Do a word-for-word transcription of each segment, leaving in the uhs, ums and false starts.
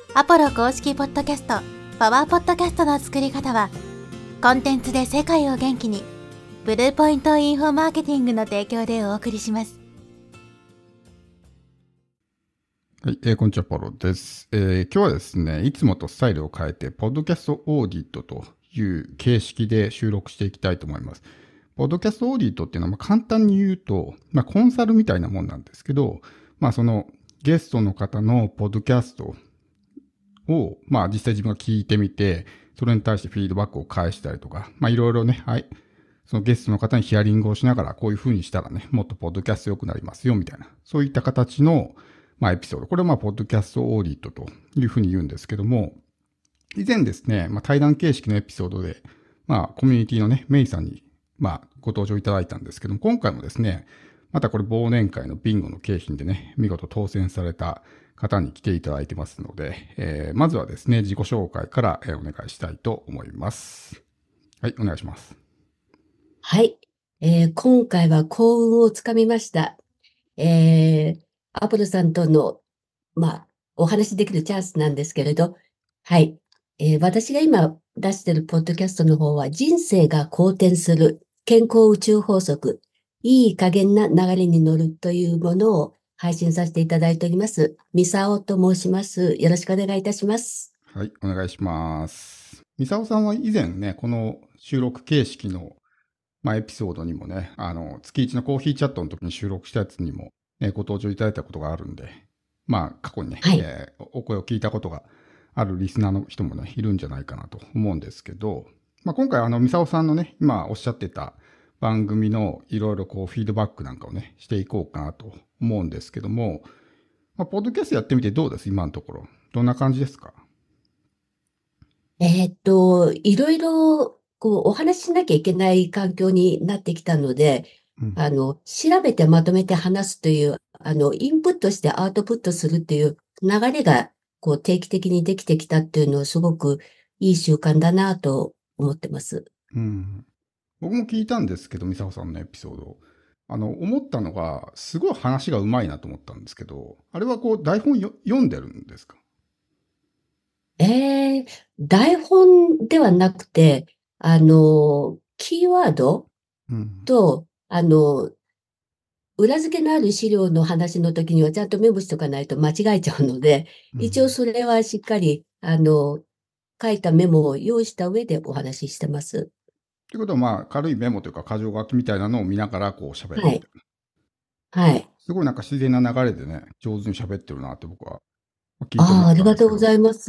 アポロ公式ポッドキャスト、パワーポッドキャストの作り方は、コンテンツで世界を元気に、ブルーポイントインフォマーケティングの提供でお送りします。 はい、えー、こんにちは、ポロです、えー。今日はですね、いつもとスタイルを変えて、ポッドキャストオーディットという形式で収録していきたいと思います。ポッドキャストオーディットっていうのは、まあ、簡単に言うと、まあ、コンサルみたいなもんなんですけど、まあ、そのゲストの方のポッドキャストを、まあ、実際自分が聞いてみて、それに対してフィードバックを返したりとか、まあ、いろいろね、はい。そのゲストの方にヒアリングをしながら、こういう風にしたらね、もっとポッドキャスト良くなりますよ、みたいな。そういった形の、まあ、エピソード。これはまあ、ポッドキャストオーディットという風に言うんですけども、以前ですね、まあ、対談形式のエピソードで、まあ、コミュニティのね、メイさんに、まあ、ご登場いただいたんですけども、今回もですね、またこれ忘年会のビンゴの景品でね、見事当選された方に来ていただいてますので、えー、まずはですね、自己紹介から、えー、お願いしたいと思います。はい、お願いします。 はい、えー、今回は幸運をつかみました。えー、アポロさんとの、まあ、お話しできるチャンスなんですけれど、はい、えー、私が今出しているポッドキャストの方は、人生が好転する健康宇宙法則、いい加減な流れに乗るというものを配信させていただいております。ミサオと申します。よろしくお願いいたします。 はい、お願いします。ミサオさんは以前ね、この収録形式のまあ、エピソードにもね、あの、月一のコーヒーチャットの時に収録したやつにも、ね、ご登場いただいたことがあるんで、まあ、過去にね、 はい。 えー、お声を聞いたことがあるリスナーの人もね、いるんじゃないかなと思うんですけど、まあ、今回、あの、ミサオさんのね、今おっしゃってた番組のいろいろこう、フィードバックなんかをね、していこうかなと思うんですけども、まあ、ポッドキャストやってみてどうです今のところ。どんな感じですか？ えーっと、いろいろ、こう、お話ししなきゃいけない環境になってきたので、 うん。 あの、調べてまとめて話すという、あの、インプットしてアウトプットするっていう流れが、こう、定期的にできてきたっていうのはすごくいい習慣だなと思ってます。 うん。僕も聞いたんですけど、ミサオさんのエピソード。あの、思ったのが、すごい話がうまいなと思ったんですけど、あれはこう、台本よ読んでるんですか？ えー、台本ではなくて、あの、キーワードうん。 と、あの、裏付けのある資料の話の時にはちゃんとメモしとかないと間違えちゃうので、一応うん。 それはしっかり、あの、書いたメモを用意した上でお話ししてます。 ってことは、まあ、軽いメモというか、箇条書きみたいなのを見ながら、こう、喋るはい。 みたいな。 はい。 すごいなんか自然な流れでね、上手に喋ってるなって僕は聞いて思ああ、 っありがとうたんですけど、いございます。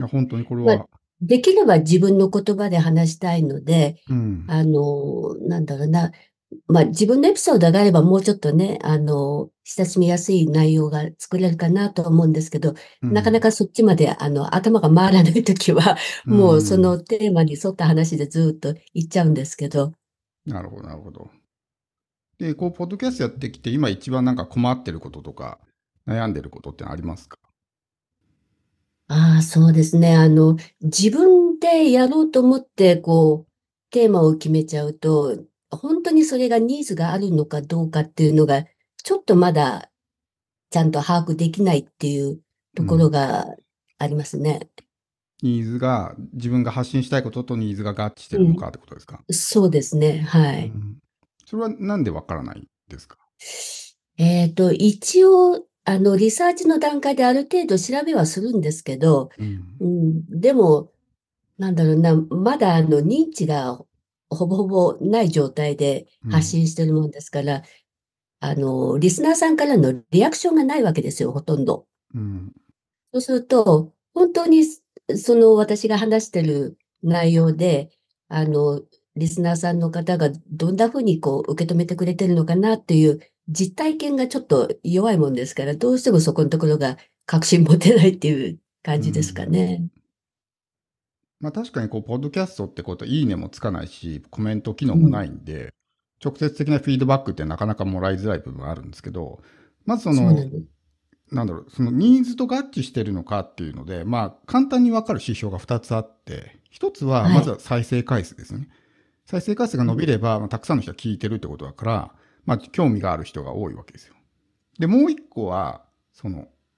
や、本当にこれまあ、 は、 できれば自分の言葉で話したいので、 うん。 あの、なんだろうな。まあ、自分のエピソードがあればもうちょっとね、あの、親しみやすい内容が作れるかなと思うんですけど、なかなうん。 かそっちまで、あの、頭が回らないときは、 うもうそん。 のテーマに沿った話でずっと言っちゃうんですけど。 なるほど、なるほど。で、こう、ポッドキャストやってきて、今一番なんか困ってることとか、悩んでることってありますか？ ああ、そうですね。あの、自分でやろうと思って、こう、テーマを決めちゃうと、本当にそれがニーズがあるのかどうかっていうのが、ちょっとまだちゃんと把握できないっていうところうん。 がありますね。 ニーズが、自分が発信したいこととニーズが合致してうん。 るのかってことですか？ そうですね。はい。 うん。それはなんでわからないですか？ えっと、一応、あの、リサーチの段階である程度調べはするんですけど、 うん。 うん、でも、なんだろうな、まだあの認知がほぼほぼない状態で発うん。 信してるもんですから、あの、リスナーさんからのリアクションがないわけですよ、ほとんど。 うん。 そうすると、本当にその私が話してる内容で、あの、リスナーさんの方がどんな風にこう受け止めてくれてるのかなっていう実体験がちょっと弱いもんですから、どうしてもそこのところが確信持てないっていう感うじですかん。 ね。 まあ確かにこう、ポッドキャストってこと、いいねもつかないし、コメント機能もなうん。 いんで、直接的なフィードバックってなかなかもらいづらい部分はあるんですけど、まずその、 そうなの。 なんだろう、そのニーズと合致してるのかっていうので、まあ簡単にわかる指標がふたつあって、ひとつは、 はい。 まずは再生回数ですよね。再生回数が伸びれば、まあ、たくさんの人が聞いてるってことだから、まあ興味がある人が多いわけですよ。で、もう一個は、その、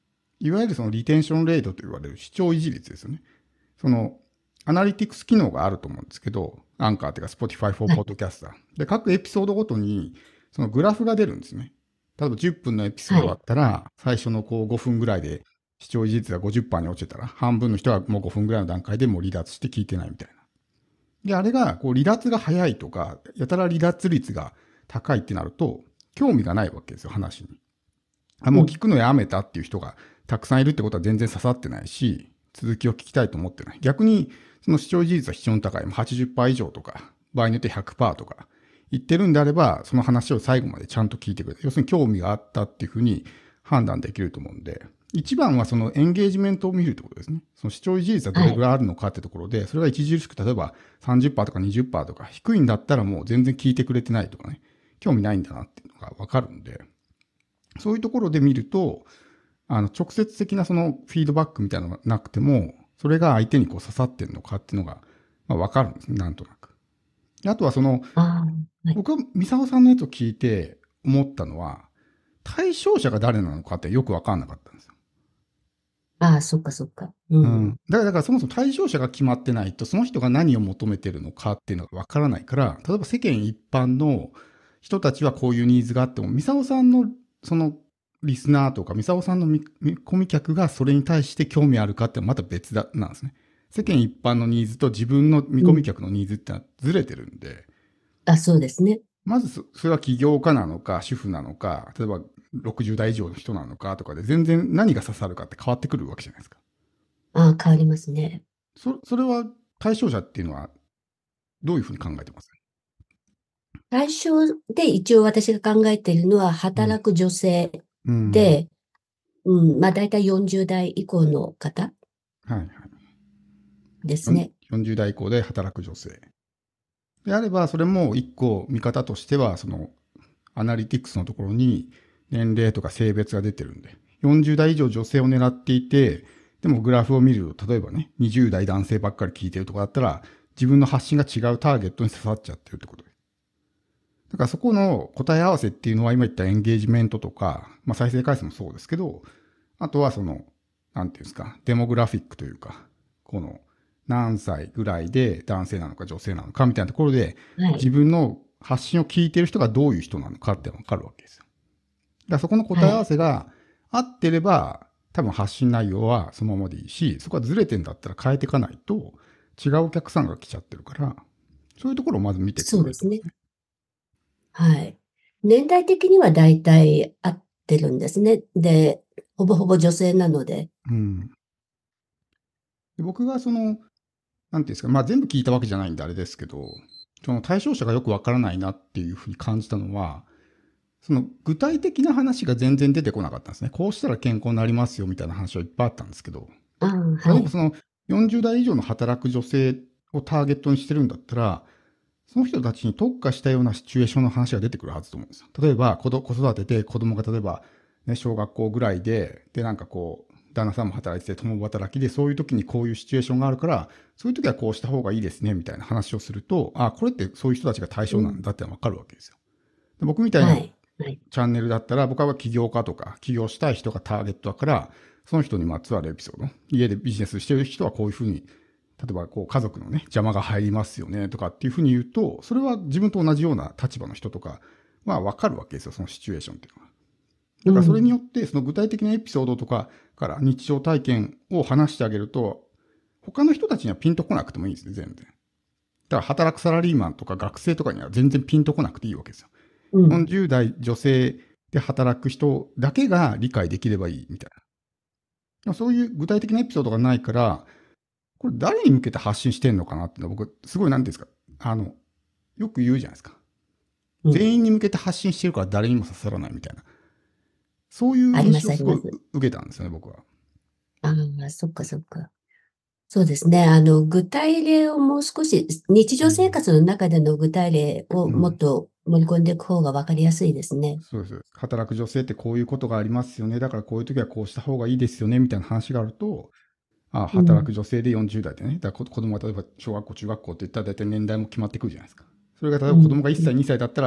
いわゆるそのリテンションレートと言われる視聴維持率ですよね。その、アナリティクス機能があると思うんですけど、アンカーっていうか Spotify for はい。 Podcaster。で、各エピソードごとに、そのグラフが出るんですね。例えばじゅっぷんのエピソードだはい。 ったら、最初のこうごふんぐらいで視聴維持率がごじゅっパーセントに落ちてたら、半分の人はもうごふんぐらいの段階でもう離脱して聞いてないみたいな。で、あれが、こう離脱が早いとか、やたら離脱率が高いってなると、興味がないわけですよ、話に。あ、 うん。 もう聞くのやめたっていう人がたくさんいるってことは全然刺さってないし、続きを聞きたいと思ってない。逆に、その視聴維持率は非常に高い。はちじゅっパーセント以上とか、場合によってひゃくパーセントとか言ってるんであれば、その話を最後までちゃんと聞いてくれる。要するに興味があったっていうふうに判断できると思うんで、一番はそのエンゲージメントを見るってことですね。その視聴維持率はどはい。 れぐらいあるのかってところで、それが著しく例えばさんじゅっパーセントとかにじゅっパーセントとか低いんだったらもう全然聞いてくれてないとかね、興味ないんだなっていうのがわかるんで、そういうところで見ると、あの、直接的なそのフィードバックみたいなのがなくても、それが相手にこう刺さってるのかっていうのが、まあ、わかるんですね、なんとなく。であとはその、 ああ、はい。 僕はミサオさんのやつを聞いて思ったのは、対象者が誰なのかってよくわかんなかったんですよ。 ああ、そっかそっか。ううん。 ん。 だから、だからそもそも対象者が決まってないと、その人が何を求めてるのかっていうのがわからないから、例えば世間一般の人たちはこういうニーズがあっても、ミサオさんのそのリスナーとか、ミサオさんの見見込み客がそれに対して興味あるかってまた別だ、なんですね。世間一般のニーズと自分の見込みうん。 客のニーズってのはずれてるんで、 あ、そうですね。 まずそそれは起業家なのか、主婦なのか、例えばろくじゅう代以上の人なのかとかで全然何が刺さるかって変わってくるわけじゃないですか。 ああ、変わりますね。 そそれは対象者っていうのはどういうふうに考えてます？ 対象で一応私が考えているのは、 うん。 働く女性うん。 で、うん、まあ大体よんじゅう代以降の方はいはい。よんですね。 よんじゅう代以降で働く女性。であれば、それも一個見方としては、その、アナリティクスのところに年齢とか性別が出てるんで、よんじゅう代以上女性を狙っていて、でもグラフを見ると、例えばね、にじゅう代男性ばっかり聞いてるとかだったら、自分の発信が違うターゲットに刺さっちゃってるってことです。だからそこの答え合わせっていうのは今言ったエンゲージメントとか、まあ再生回数もそうですけど、あとはその、なんていうんですか、デモグラフィックというか、この何歳ぐらいで男性なのか女性なのかみたいなところで、 はい。 自分の発信を聞いてる人がどういう人なのかってわかるわけですよ。だからそこの答え合わはい。 せが合ってれば、多分発信内容はそのままでいいし、そこはずれてんだったら変えていかないと、違うお客さんが来ちゃってるから、そういうところをまず見ていくのそうですね。 がいいと思いますね。 はい。年代的には大体合ってるんですね。で、ほぼほぼ女性なので。 うん。で僕がその、なんていうんですか、まあ全部聞いたわけじゃないんであれですけど、その対象者がよくわからないなっていうふうに感じたのは、その具体的な話が全然出てこなかったんですね。こうしたら健康になりますよみたいな話はいっぱいあったんですけど、 ああ、はい。 例えばそのよんじゅう代以上の働く女性をターゲットにしてるんだったら、その人たちに特化したようなシチュエーションの話が出てくるはずと思うんですよ。例えば子ど子育てで子供が例えば、ね、小学校ぐらいで、でなんかこう、旦那さんも働いてて共働きで、そういう時にこういうシチュエーションがあるから、そういう時はこうした方がいいですねみたいな話をすると、あ、これってそういう人たちが対象なんうん。 だってわかるわけですよ。で僕みたいなはい。はい。 チャンネルだったら、僕は起業家とか、起業したい人がターゲットだから、その人にまつわるエピソード、家でビジネスしてる人はこういうふうに、例えばこう家族のね、邪魔が入りますよねとかっていうふうに言うと、それは自分と同じような立場の人とかはわかるわけですよ、そのシチュエーションっていうのは。だからそれにうん。 よって、その具体的なエピソードとかから日常体験を話してあげると、他の人たちにはピンとこなくてもいいんですね、全然。だから働くサラリーマンとか学生とかには全然ピンとこなくていいわけですよ。 うん。 よんじゅう代女性で働く人だけが理解できればいいみたいな。そういう具体的なエピソードがないから、これ誰に向けて発信してんのかなっていうのは僕、すごいなんていうんですか、あの、よく言うじゃないですか。 うん。 全員に向けて発信してるから誰にも刺さらないみたいな。そういうあります、 印象をすごいあります。 受けたんですよね、僕は。 ああ、そっかそっか。そうですね。あの、具体例をもう少し、日常生うん。 活の中での具体例をうん。 もっと盛り込んでいく方がわかりやすいですね。 そうです。働く女性ってこういうことがありますよね。だからこういう時はこうした方がいいですよね、みたいな話があると、あ、 うん。 働く女性でよんじゅう代でね。だから子供が例えば小学校、中学校って言ったら大体年代も決まってくるじゃないですか。それが例えば子供うん。 が1歳、 うん。 にさいだったら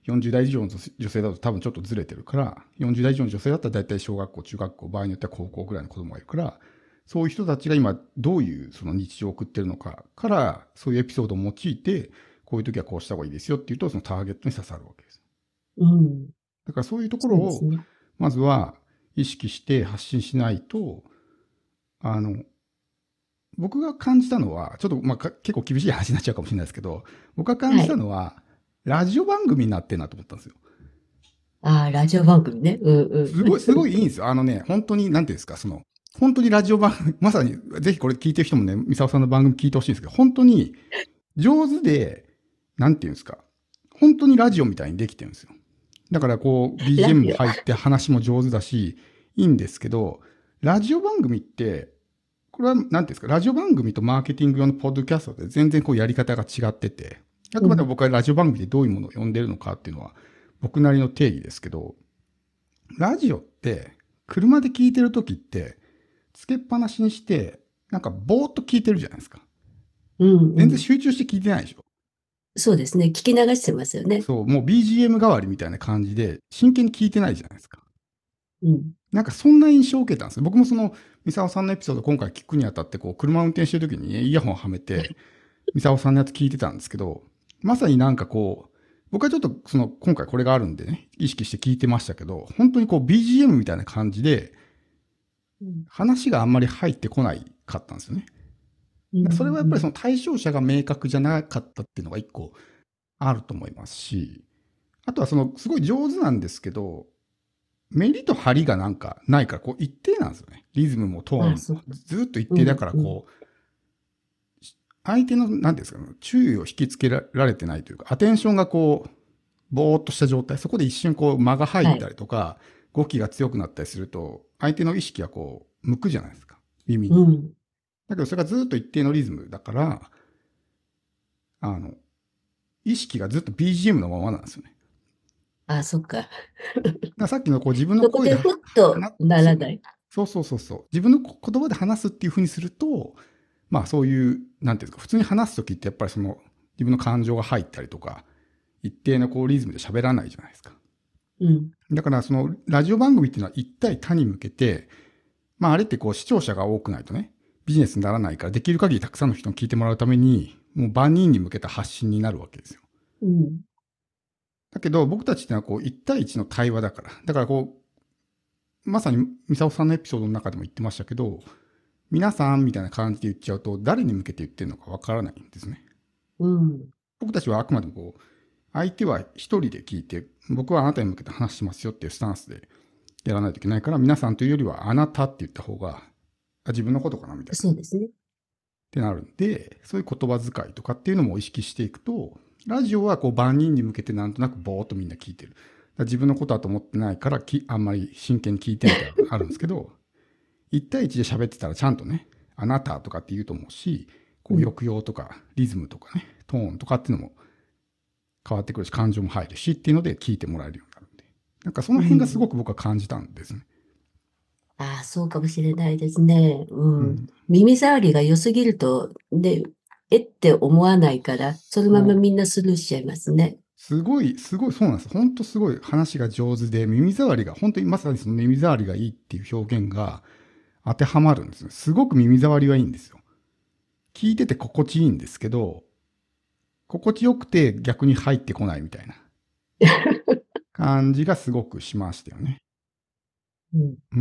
よんじゅう代以上の女性だと多分ちょっとずれてるから、よんじゅう代以上の女性だったら大体小学校、中学校、場合によっては高校ぐらいの子供がいるから、そういう人たちが今どういうその日常を送ってるのかから、そういうエピソードを用いて、こういう時はこうした方がいいですよっていうと、そのターゲットに刺さるわけです。 うん。 だからそういうところを、 そうですね。 まずは意識して発信しないと、あの、僕が感じたのは、ちょっとまあ結構厳しい話になっちゃうかもしれないですけど、僕が感じたのは、ラジオ番組になってるなと思ったんですよ。 ああ、ラジオ番組ね。うんうん。 すごい、すごいいいんですよ。あのね、本当に、なんていうんですか、その、本当にラジオ番組、まさに、ぜひこれ聞いてる人もね、ミサオさんの番組聞いてほしいんですけど、本当に上手で、なんていうんですか、本当にラジオみたいにできてるんですよ。だからこう、ビージーエム も入って話も上手だし、いいんですけど、ラジオ番組って、これは、なんていうんですか、ラジオ番組とマーケティング用のポッドキャストで全然こうやり方が違ってて、あくまでも僕はラジオ番組でどういうものを呼んでるのかっていうのは、僕なりの定義ですけど、ラジオって、車で聞いてるときって、つけっぱなしにして、なんかぼーっと聞いてるじゃないですか。 うんうん。 全然集中して聞いてないでしょ。 そうですね。聞き流してますよね。 そう、もう ビージーエム 代わりみたいな感じで、真剣に聞いてないじゃないですか。 うん。 なんかそんな印象を受けたんですよ。僕もその、ミサオさんのエピソード今回聞くにあたって、こう、車運転してるときにイヤホンはめて、ミサオさんのやつ聞いてたんですけど、まさになんかこう、僕はちょっとその、今回これがあるんでね、意識して聞いてましたけど、本当にこう ビージーエム みたいな感じで、 うん話があんまり入ってこないかったんですよね。 うんそれはやっぱりその対象者が明確じゃなかったっていうのが一個あると思いますし、あとはその、すごい上手なんですけど、メリと張りがなんかないから、こう一定なんですよね。リズムもトーンああ、 も。 そっか。 ずっと一うん定だから、 うん。 こう、相手の、なんていうんですかね、注意を引きつけられてないというか、アテンションがこう、ぼーっとした状態、そこで一瞬こう間が入ったりとか、語気が強くなったりすると、相手の意識がこう、向くじゃないですか。耳に。 うん。 だけどそれがずっと一定のリズムだから、あの、意識がずっと ビージーエム のままなんですよね。 ああ、そっか。 だからさっきのこう自分の声でそこでふっと話ならない。 そうそうそうそう。自分の言葉で話すっていうふうにすると、まあそういう、なんていうんですか、普通に話すときってやっぱりその自分の感情が入ったりとか、一定のこうリズムで喋らないじゃないですか。 うん。 だからそのラジオ番組っていうのは一対他に向けて、まああれってこう視聴者が多くないとね、ビジネスにならないから、できる限りたくさんの人に聞いてもらうために、もう万人に向けた発信になるわけですよ。 うん。 だけど僕たちってのはこう一対一の対話だから。だからこう、まさにミサオさんのエピソードの中でも言ってましたけど、皆さんみたいな感じで言っちゃうと、誰に向けて言ってるのかわからないんですね。 うん。 僕たちはあくまでもこう、相手は一人で聞いて、僕はあなたに向けて話してますよっていうスタンスでやらないといけないから、皆さんというよりはあなたって言った方が、あ自分のことかなみたいな。 そうですね。 ってなるんで、そういう言葉遣いとかっていうのも意識していくと、ラジオはこう万人に向けてなんとなくぼーっとみんな聞いてる。だから自分のことだと思ってないからき、あんまり真剣に聞いてないってあるんですけど、一対一で喋ってたらちゃんとね、あなたとかって言うと思うし、こううん。 抑揚とかリズムとかね、トーンとかっていうのも変わってくるし、感情も入るしっていうので聞いてもらえるようになるんで。なんかそのう辺がすごん。 く僕は感じたんですね。 ああ、そうかもしれないですね。 ううん。 ん。 耳障りが良すぎると、で、えって思わないから、そのままそう。 みんなスルーしちゃいますね。 すごい、すごい、そうなんです。本当すごい話が上手で、耳障りが、本当にまさにその耳障りがいいっていう表現が当てはまるんですね。すごく耳障りはいいんですよ。聞いてて心地いいんですけど、心地よくて逆に入ってこないみたいな感じがすごくしましたよね。 うん。 うん。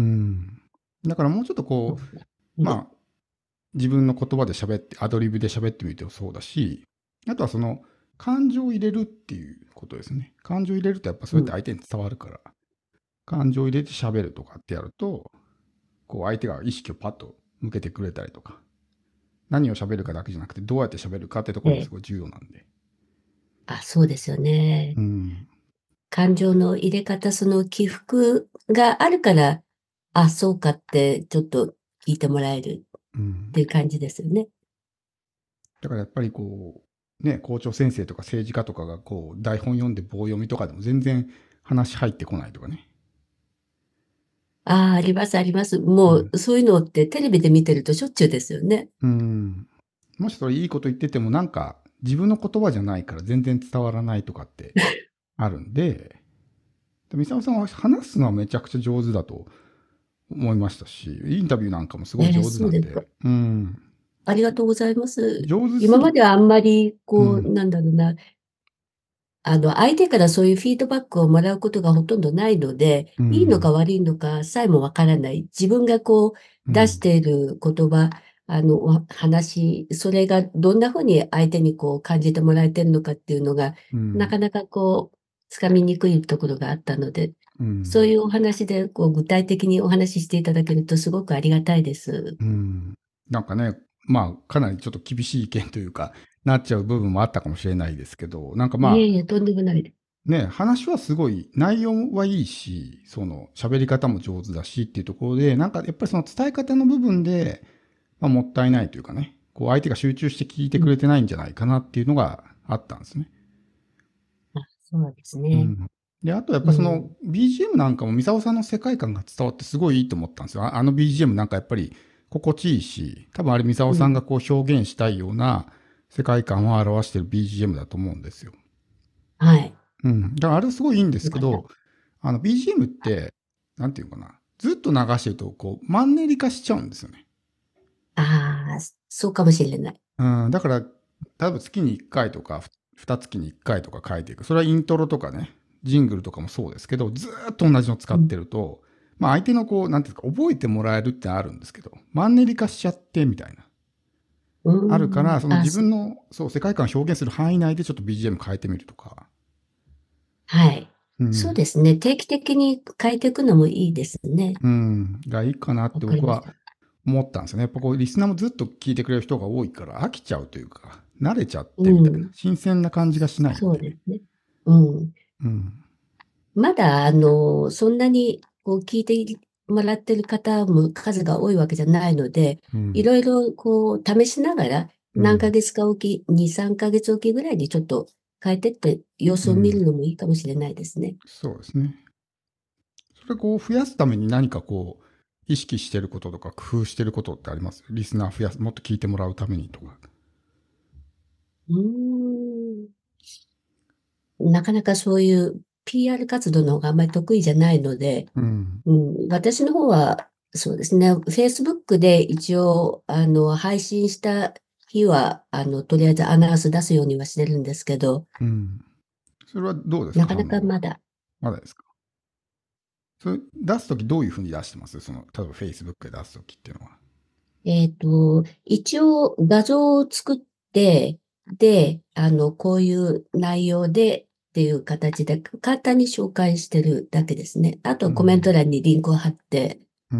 だからもうちょっとこう、 そうだ。 まあ、自分の言葉で喋って、アドリブで喋ってみてもそうだし、あとはその、感情を入れるっていうことですね。感情を入れるとやっぱそうやって相手に伝わるから、感情を入れて喋るとかってやると、こう相手が意識をパッと向けてくれたりとか、何を喋るかだけじゃなくてどうやって喋るかってところもすごい重要なんで。 あ、そうですよね。 うん。 感情の入れ方、その起伏があるから、あ、そうかってちょっと聞いてもらえるうんっていう感じですよね。 だからやっぱりこう、ね、校長先生とか政治家とかがこう、台本読んで棒読みとかでも全然話入ってこないとかね。 ああ、ありますあります。 うもん。 うそういうのってテレビで見てるとしょっちゅうですよね。 うん。もしそれいいこと言っててもなんか自分の言葉じゃないから全然伝わらないとかってあるんで、でミサオさんは話すのはめちゃくちゃ上手だと思いましたし、インタビューなんかもすごいえー、 上手なんで、 そうですか。 うん、 ありがとうございます。 上手す今まぎ、 ではあんまり、こう、 うん、 なんだろうな、あの、相手からそういうフィードバックをもらうことがほとんどないので、 うん、 いいのか悪いのかさえもわからない。自分がこう、 うん、 出している言葉、あの、お話、それがどんなふうに相手にこう感じてもらえてるのかっていうのが、 うん、 なかなかこう、つかみにくいところがあったので、 うん、 そういうお話で、こう、具体的にお話ししていただけるとすごくありがたいです。 うん。なんかね、まあ、かなりちょっと厳しい意見というか、なっちゃう部分もあったかもしれないですけど、なんかまあ、 いえいえ、とんでもないです。 ね、話はすごい、内容はいいし、その、喋り方も上手だしっていうところで、なんかやっぱりその伝え方の部分で、まあ、もったいないというかね、こう相手が集中して聞いてうん、 くれてないんじゃないかなっていうのがあったんですね。 あ、そうですね。 うん。で、あとやっぱそのうん。 ビージーエム なんかも三沢さんの世界観が伝わってすごいいいと思ったんですよ。ああの ビージーエム なんかやっぱり心地いいし、多分あれ三沢うん。 さんがこう表現したいような世界観を表してる ビージーエム だと思うんですよ。 はい。 うん。だからあれすごいいいんですよかった。 けど、あの ビージーエム って、なんていうかな、ずっと流してるとこうマンネリ化しちゃうんですよね。 ああ、そうかもしれない。 うん。だから、例えば月にいっかいとか、ふた月にいっかいとか書いていく。それはイントロとかね、ジングルとかもそうですけど、ずーっと同じの使っうん。 てると、まあ相手のこう、なんていうか、覚えてもらえるってあるんですけど、マンネリ化しちゃってみたいな。 うあるから、 ん。 そのあ、そ、 自分の、そう、世界観を表現する範囲内でちょっと ビージーエム 変えてみるとか。 はい。 うん。 そうですね。定期的に変えていくのもいいですね。 うん。がいいかなっわて僕はかりました。 思ったんですよね。やっぱこう、リスナーもずっと聞いてくれる人が多いから飽きちゃうというか、慣れちゃっうてみたいな。 ん。 新鮮な感じがしないんで。 そうですね。うん。 うん。 まだ、あの、そんなに、こう、聞いてもらってる方も数が多いわけじゃないので、 うん。 いろいろ、こう、試しながら、何ヶうん。 月かおき、に、さんかげつおきぐらいにちょっと変えてって様子を見るうん。 のもいいかもしれないですね。 そうですね。それこう増やすために何かこう、意識してることとか工夫してることってあります？リスナー増やす、もっと聞いてもらうためにとか。 うーん。なかなかそういう ピーアール 活動の方があんまり得意じゃないので、 うん。 うん、私の方は、そうですね、Facebook で一応、あの、配信した日は、あの、とりあえずアナウンス出すようにはしてるんですけど、 うん。それはどうですか、 なかな反応は。 かまだ、 まだですか？それ出すときどういうふうに出してます？その、例えば Facebook で出すときっていうのは。 えっと、一応画像を作って、で、あの、こういう内容でっていう形で簡単に紹介してるだけですね。あとコメントうん。 欄にリンクを貼って、 うん。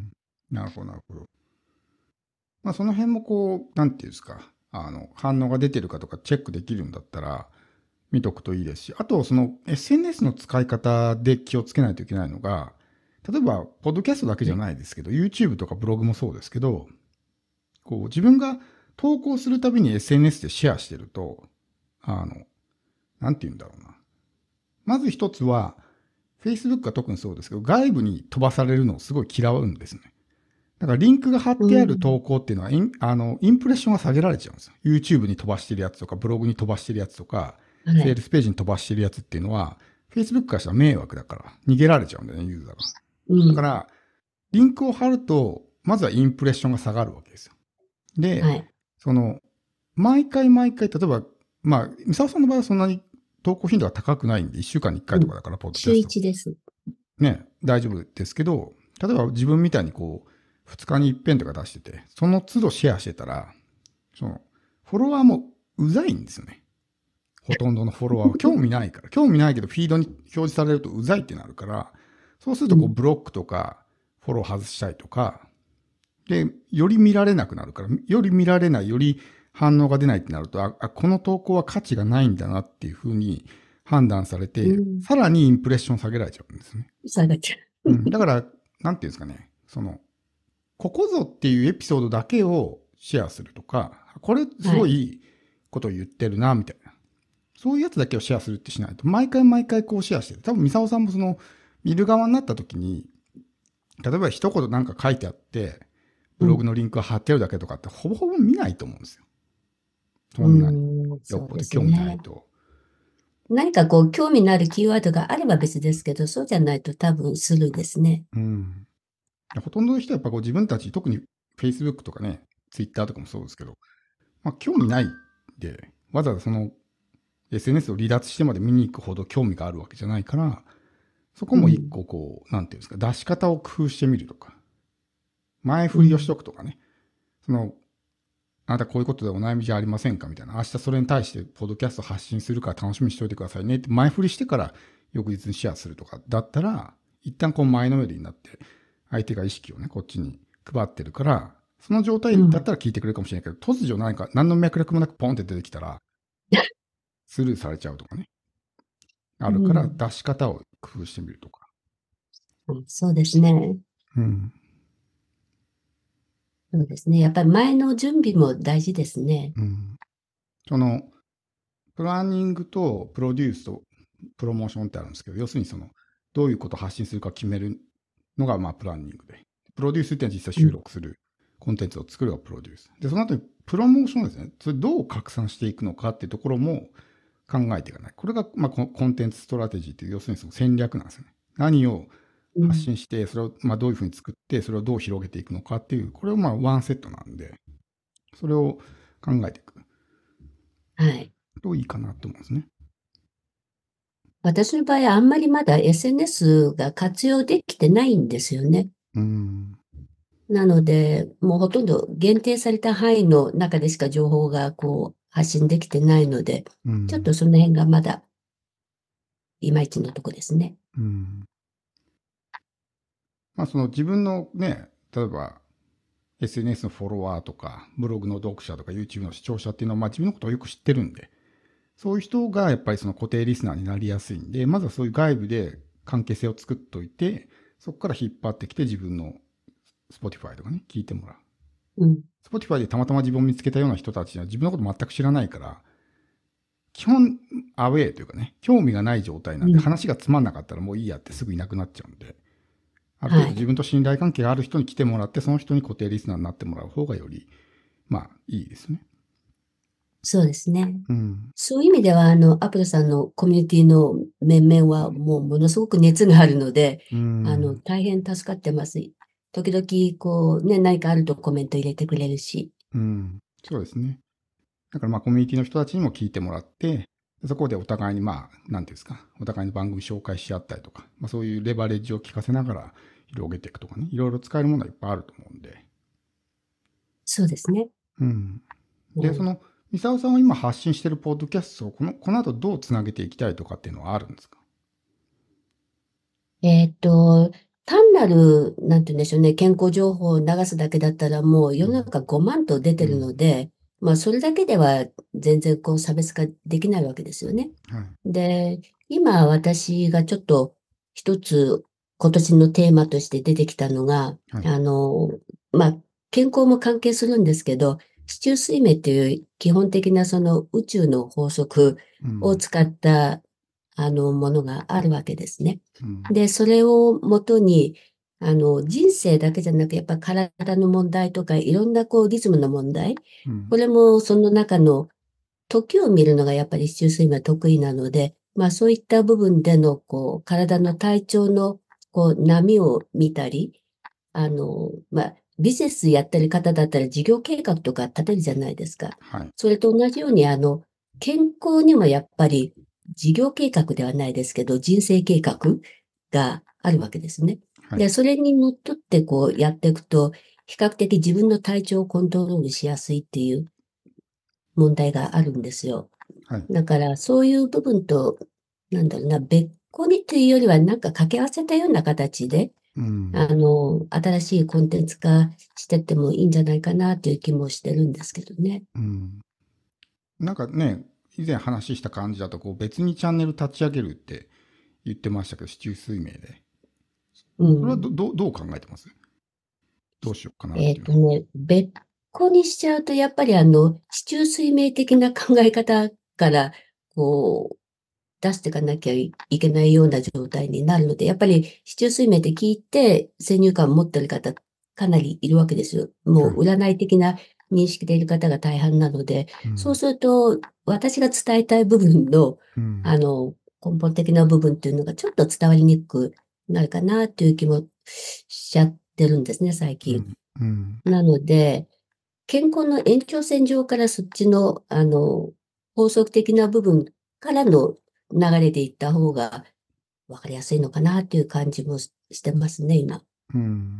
なるほど、なるほど。まあその辺もこう、なんていうんですか、あの、反応が出てるかとかチェックできるんだったら、見とくといいですし、あと、その エスエヌエス の使い方で気をつけないといけないのが、例えば、ポッドキャストだけじゃないですけど、YouTube とかブログもそうですけど、こう、自分が投稿するたびに エスエヌエス でシェアしてると、あの、なんて言うんだろうな。まず一つは、Facebook は特にそうですけど、外部に飛ばされるのをすごい嫌うんですね。だからリンクが貼っうてある投ん、 稿っていうのはイン、あの、インプレッションが下げられちゃうんですよ。YouTube に飛ばしてるやつとか、ブログに飛ばしてるやつとか、 はい。 セールスページに飛ばしてるやつっていうのは、Facebook からしたら迷惑だから、逃げられちゃうんだよね、ユーザーが。 うん、 だから、リンクを貼ると、まずはインプレッションが下がるわけですよ。で、 はい。 その、毎回毎回、例えば、まあ、三沢さんの場合はそんなに投稿頻度が高くないんで、いっしゅうかんにいっかいうん。 とかだから、ポッドキャ週スト。 一です。 ね、大丈夫ですけど、例えば自分みたいにこう、ふつかに一遍とか出してて、その都度シェアしてたら、その、フォロワーもうざいんですよね。ほとんどのフォロワーは。興味ないから。興味ないけど、フィードに表示されるとうざいってなるから、そうするとこう、 うん、 ブロックとか、フォロー外したいとか、で、より見られなくなるから、より見られない、より反応が出ないってなると、あ、あこの投稿は価値がないんだなっていうふうに判断されて、 うん。 さらにインプレッション下げられちゃうんですね。 下がっちゃう。 うん。だから、なんていうんですかね。その、ここぞっていうエピソードだけをシェアするとか、これすはい。 ごいいいことを言ってるな、みたいな。そういうやつだけをシェアするってしないと、毎回毎回こうシェアしてる。多分、ミサオさんもその、見る側になった時に、例えば一言なんか書いてあって、ブログうん。 のリンクが貼ってあるだけとかって、ほぼほぼ見ないと思うんですよ。そうんなに。 ん、そうでよっぽど興味ないすね。 と。 何かこう、興味のあるキーワードがあれば別ですけど、そうじゃないと多分スルーですね。 うん。ほとんどの人はやっぱこう自分たち、特に Facebook とかね、Twitter とかもそうですけど、まあ、興味ないで、わざわざその エスエヌエス を離脱してまで見に行くほど興味があるわけじゃないから、そこも一個こう、なんていうんですか、出し方を工夫してみるとか、前振りをしとくとかね、その、あなたこういうことでお悩みじゃありませんかみたいな、明日それに対してポッドキャスト発信するから楽しみにしておいてくださいねって前振りしてから翌日にシェアするとかだったら、一旦こう前のめりになって、相手が意識をね、こっちに配ってるから、その状態だったら聞いてくれるかもしれないけど、突如何か、何の脈絡もなくポンって出てきたら、スルーされちゃうとかね、あるから出し方を工夫してみるとか。 うん、そうですね。 うん。 そうですね。やっぱり前の準備も大事ですね。 うん。その、プランニングとプロデュースとプロモーションってあるんですけど、要するにその、どういうことを発信するか決めるのが、まあ、プランニングで。プロデュースっていうのは実際収録する、コンテンツを作るがプロデュース。で、その後にプロモーションですね。それどう拡散していくのかっていうところも考えていかない。これが、まあ、ココンテンツストラテジーっていう、要するにその戦略なんですよね。何を発信して、それを、まあ、どういうふうに作って、それをどう広げていくのかっていう、これをまあ、ワンセットなんで、それを考えていくはい。 といいかなと思うんですね。 私の場合、あんまりまだ エスエヌエス が活用できてないんですよね。 うん。 なので、もうほとんど限定された範囲の中でしか情報がこう発信できてないので、 うん、 ちょっとその辺がまだいまいちのとこですね。 うん。まあ、その自分のね、例えば エスエヌエス のフォロワーとか、ブログの読者とか、YouTube の視聴者っていうのは、まあ自分のことをよく知ってるんで、そういう人がやっぱりその固定リスナーになりやすいんで、まずはそういう外部で関係性を作っといて、そこから引っ張ってきて自分の Spotify とかね、聞いてもらう。 うん。 Spotify でたまたま自分を見つけたような人たちは自分のこと全く知らないから、基本アウェーというかね、興味がない状態なんで、 うん。 話がつまんなかったらもういいやってすぐいなくなっちゃうんで、あるはい。 程度自分と信頼関係がある人に来てもらって、その人に固定リスナーになってもらう方がより、まあいいですね。 そうですね。 うん。 そういう意味では、あの、アプロさんのコミュニティの面々はもうものすごく熱があるので、 うあの、 ん。 大変助かってます。時々、こう、ね、何かあるとコメント入れてくれるし。 うん。そうですね。だからまあコミュニティの人たちにも聞いてもらって、そこでお互いにまあ、なんていうんですか、お互いの番組紹介し合ったりとか、まあそういうレバレッジを聞かせながら広げていくとかね、いろいろ使えるものはいっぱいあると思うんで。 そうですね。 うん。で、 うんその、ミサオさんは今発信しているポッドキャストをこの、この後どうつなげていきたいとかっていうのはあるんですか？ えーっと、単なる、なんて言うんでしょうね、健康情報を流すだけだったら、もう世の中ごまんと出てるので、まあ、それだけでは全然こう差別化できないわけですよね。 はい。 で、今私がちょっと一つ今年のテーマとして出てきたのが、 はい。 あの、まあ、健康も関係するんですけど、四柱推命っていう基本的なその宇宙の法則を使ったあのものがあるわけですね。 うん。 で、それをもとに、あの、人生だけじゃなく、やっぱ体の問題とか、いろんなこうリズムの問題、 うん。 これもその中の時を見るのがやっぱり四柱推命は得意なので、まあそういった部分でのこう体の体調のこう波を見たり、あの、まあビジネスやってる方だったら事業計画とか立てるじゃないですか。 はい。 それと同じようにあの、健康にもやっぱり事業計画ではないですけど、人生計画があるわけですね。 はい。 で、それにのっとってこうやっていくと、比較的自分の体調をコントロールしやすいっていう問題があるんですよ。 はい。 だからそういう部分と、なんだろうな、別個にというよりはなんか掛け合わせたような形で、 うん。 あの、新しいコンテンツ化してってもいいんじゃないかなという気もしてるんですけどね。 うん。なんかね、以前話した感じだと、こう別にチャンネル立ち上げるって言ってましたけど、四柱推命で。 うそれはど、 ん。 どうどう考えてます？どうしようかなっえていうのは。 っとね、別個にしちゃうと、やっぱりあの、四柱推命的な考え方から、こう、出していかなきゃいけないような状態になるので、やっぱり四柱推命って聞いて先入観を持ってる方かなりいるわけですよ。もうはい。 占い的な認識でいる方が大半なので、 うん。 そうすると私が伝えたい部分の、 うん。 あの、根本的な部分っていうのがちょっと伝わりにくくなるかなっていう気もしちゃってるんですね、最う近。 ん。うん。 なので、健康の延長線上からそっちの、あの、法則的な部分からの流れでいった方がわかりやすいのかなっていう感じもししてますね、今。 うん。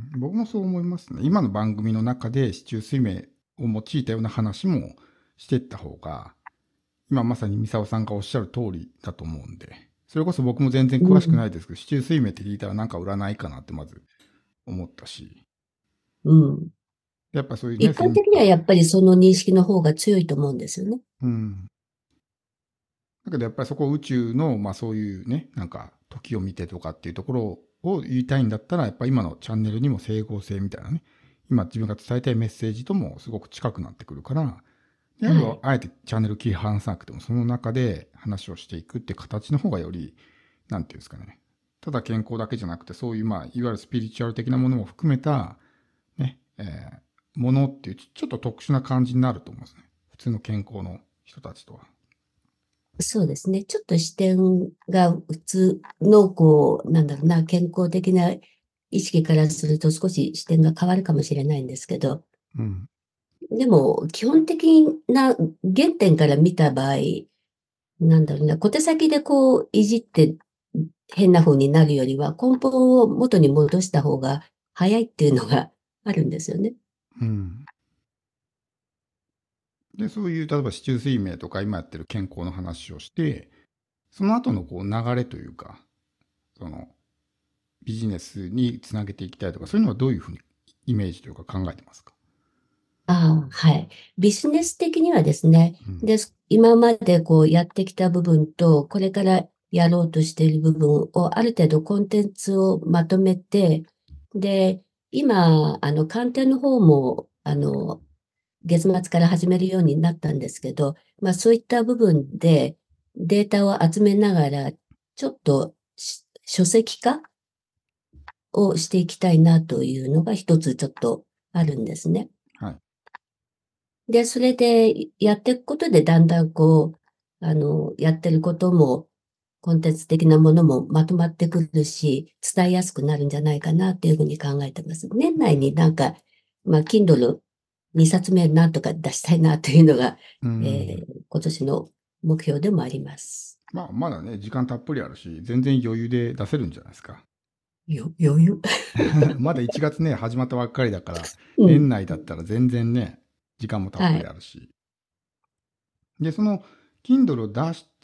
僕もそう思いますね。今の番組の中で、四柱推命を用いたような話もしていった方が、今まさにミサオさんがおっしゃる通りだと思うんで、それこそ僕も全然詳しくうん。 ないですけど、四柱推命って聞いたらなんか占いかなってまず思ったし、 うん。 やっぱそういうね、 一般先的にはやっぱりその認識の方が強いと思うんですよね。 うん。だけどやっぱりそこ宇宙の、まあそういうね、なんか時を見てとかっていうところを言いたいんだったら、やっぱ今のチャンネルにも整合性みたいなね、今自分が伝えたいメッセージともすごく近くなってくるから、であればはい。 あえてチャンネル切り離さなくても、その中で話をしていくっていう形の方がより、なんていうんですかね、ただ健康だけじゃなくて、そういうまあ、いわゆるスピリチュアル的なものも含めた、ね、えーものっていうちょっと特殊な感じになると思うんですね。普通の健康の人たちとは。 そうですね。ちょっと視点が普通の、こう、なんだろうな、健康的な意識からすると少し視点が変わるかもしれないんですけど、 うん。 でも、基本的な原点から見た場合、なんだろうな、小手先でこう、いじって変な風になるよりは、根本を元に戻した方が早いっていうのがあるんですよね。 うん。で、そういう、例えば、市中水明とか今やってる健康の話をして、その後のこう流れというか、そのビジネスにつなげていきたいとか、そういうのはどういうふうにイメージというか考えてますか？ ああ、はい。ビジネス的にはですね、 うん。 で、今までこうやってきた部分と、これからやろうとしている部分をある程度コンテンツをまとめて、で、今、あの、鑑定の方も、あの、月末から始めるようになったんですけど、まあそういった部分でデータを集めながら、ちょっとし書籍化をしていきたいなというのが一つちょっとあるんですね。 はい。 で、それでやっていくことで、だんだんこう、あの、やってることも、コンテンツ的なものもまとまってくるし、伝えやすくなるんじゃないかなっていうふうに考えてます。年内になんか、まあ、Kindle にさつめなんとか出したいなというのが、 うえん。 ー今年の目標でもあります。 まあ、まだね、時間たっぷりあるし、全然余裕で出せるんじゃないですか。 よ、余裕。 まだいちがつね、始まったばっかりだから、 うん。 年内だったら全然ね、時間もたっぷりはい。 あるし。で、その Kindle を出して、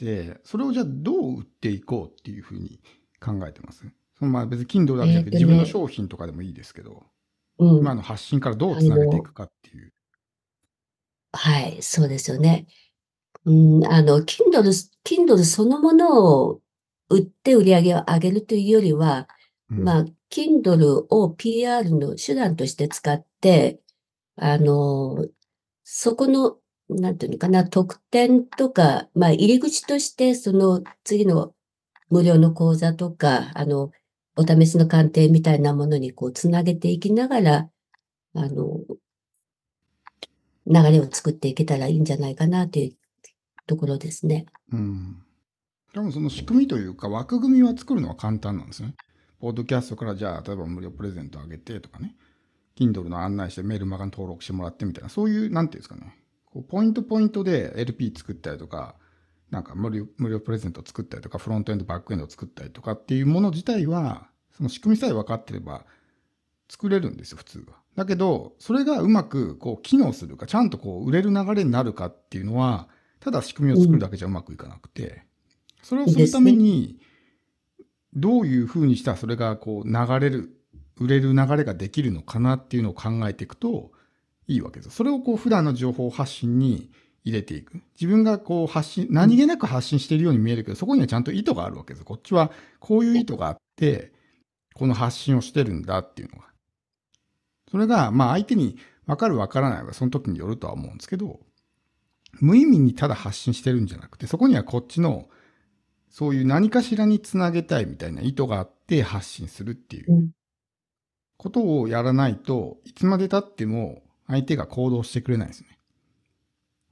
それをじゃあどう売っていこうっていうふうに考えてます。そのまあ別に Kindle だけじゃえっなくて自分のとね、 商品とかでもいいですけど、 うん。 今の発信からどうあつなげていの、 くかっていう。 はい、そうですよね。うん、あの、Kindle、Kindle そのものを売って売り上げを上げるというよりは、 うん。 まあ、Kindle を ピーアール の手段として使って、あの、そこの、なんていうのかな、特典とか、まあ、入り口として、その次の無料の講座とか、あの、お試しの鑑定みたいなものにこう、つなげていきながら、あの、流れを作っていけたらいいんじゃないかなというところですね。 うん。多分その仕組みというか枠組みは作るのは簡単なんですね。ポッドキャストからじゃあ例えば無料プレゼントあげてとかね。Kindle の案内してメールマガに登録してもらってみたいな、そういう、なんていうんですかね。こうポイントポイントで エルピー 作ったりとか、なんか無料無料プレゼント作ったりとか、フロントエンド、バックエンド作ったりとかっていうもの自体は、その仕組みさえ分かってれば作れるんですよ、普通は。だけど、それがうまくこう機能するか、ちゃんとこう売れる流れになるかっていうのは、ただ仕組みを作るうん。 だけじゃうまくいかなくて、それをするたですね。 めに、どういうふうにしたらそれがこう流れる、売れる流れができるのかなっていうのを考えていくといいわけです。それをこう普段の情報発信に入れていく。自分がこう発信、 うん。 何気なく発信しているように見えるけど、そこにはちゃんと意図があるわけです。こっちはこういう意図があって、この発信をしてるんだっていうのが。それが、まあ相手に分かる分からないはその時によるとは思うんですけど、無意味にただ発信してるんじゃなくて、そこにはこっちのそういう何かしらにつなげたいみたいな意図があって発信するっていううん。 ことをやらないといつまで経っても相手が行動してくれないですね。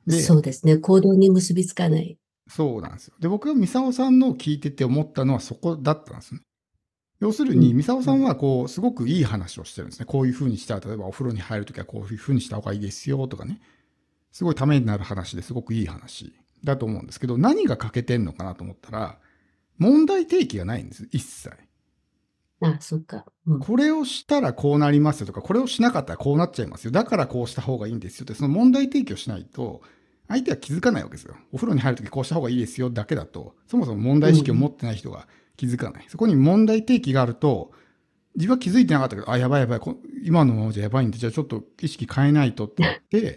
で、 そうですね。行動に結びつかない。 そうなんですよ。で、僕がミサオさんのを聞いてて思ったのはそこだったんですね。要するに、 うん。 ミサオうん。 さんはこう、すごくいい話をしてるんですね。こういう風にしたら、例えばお風呂に入るときはこういう風にした方がいいですよとかね。すごいためになる話ですごくいい話だと思うんですけど、何が欠けてんのかなと思ったら、問題提起がないんです、一切。 あ、そっか。うん。 これをしたらこうなりますよとか、これをしなかったらこうなっちゃいますよ。だからこうした方がいいんですよって、その問題提起をしないと、相手は気づかないわけですよ。お風呂に入るときこうした方がいいですよだけだと、そもそも問題意識を持ってない人が気づかない。そこに問題提起があると、自分は気づいてなかったけど、あ、やばいやばい、今のままじゃやばいんで、じゃあちょっと意識変えないとって言って、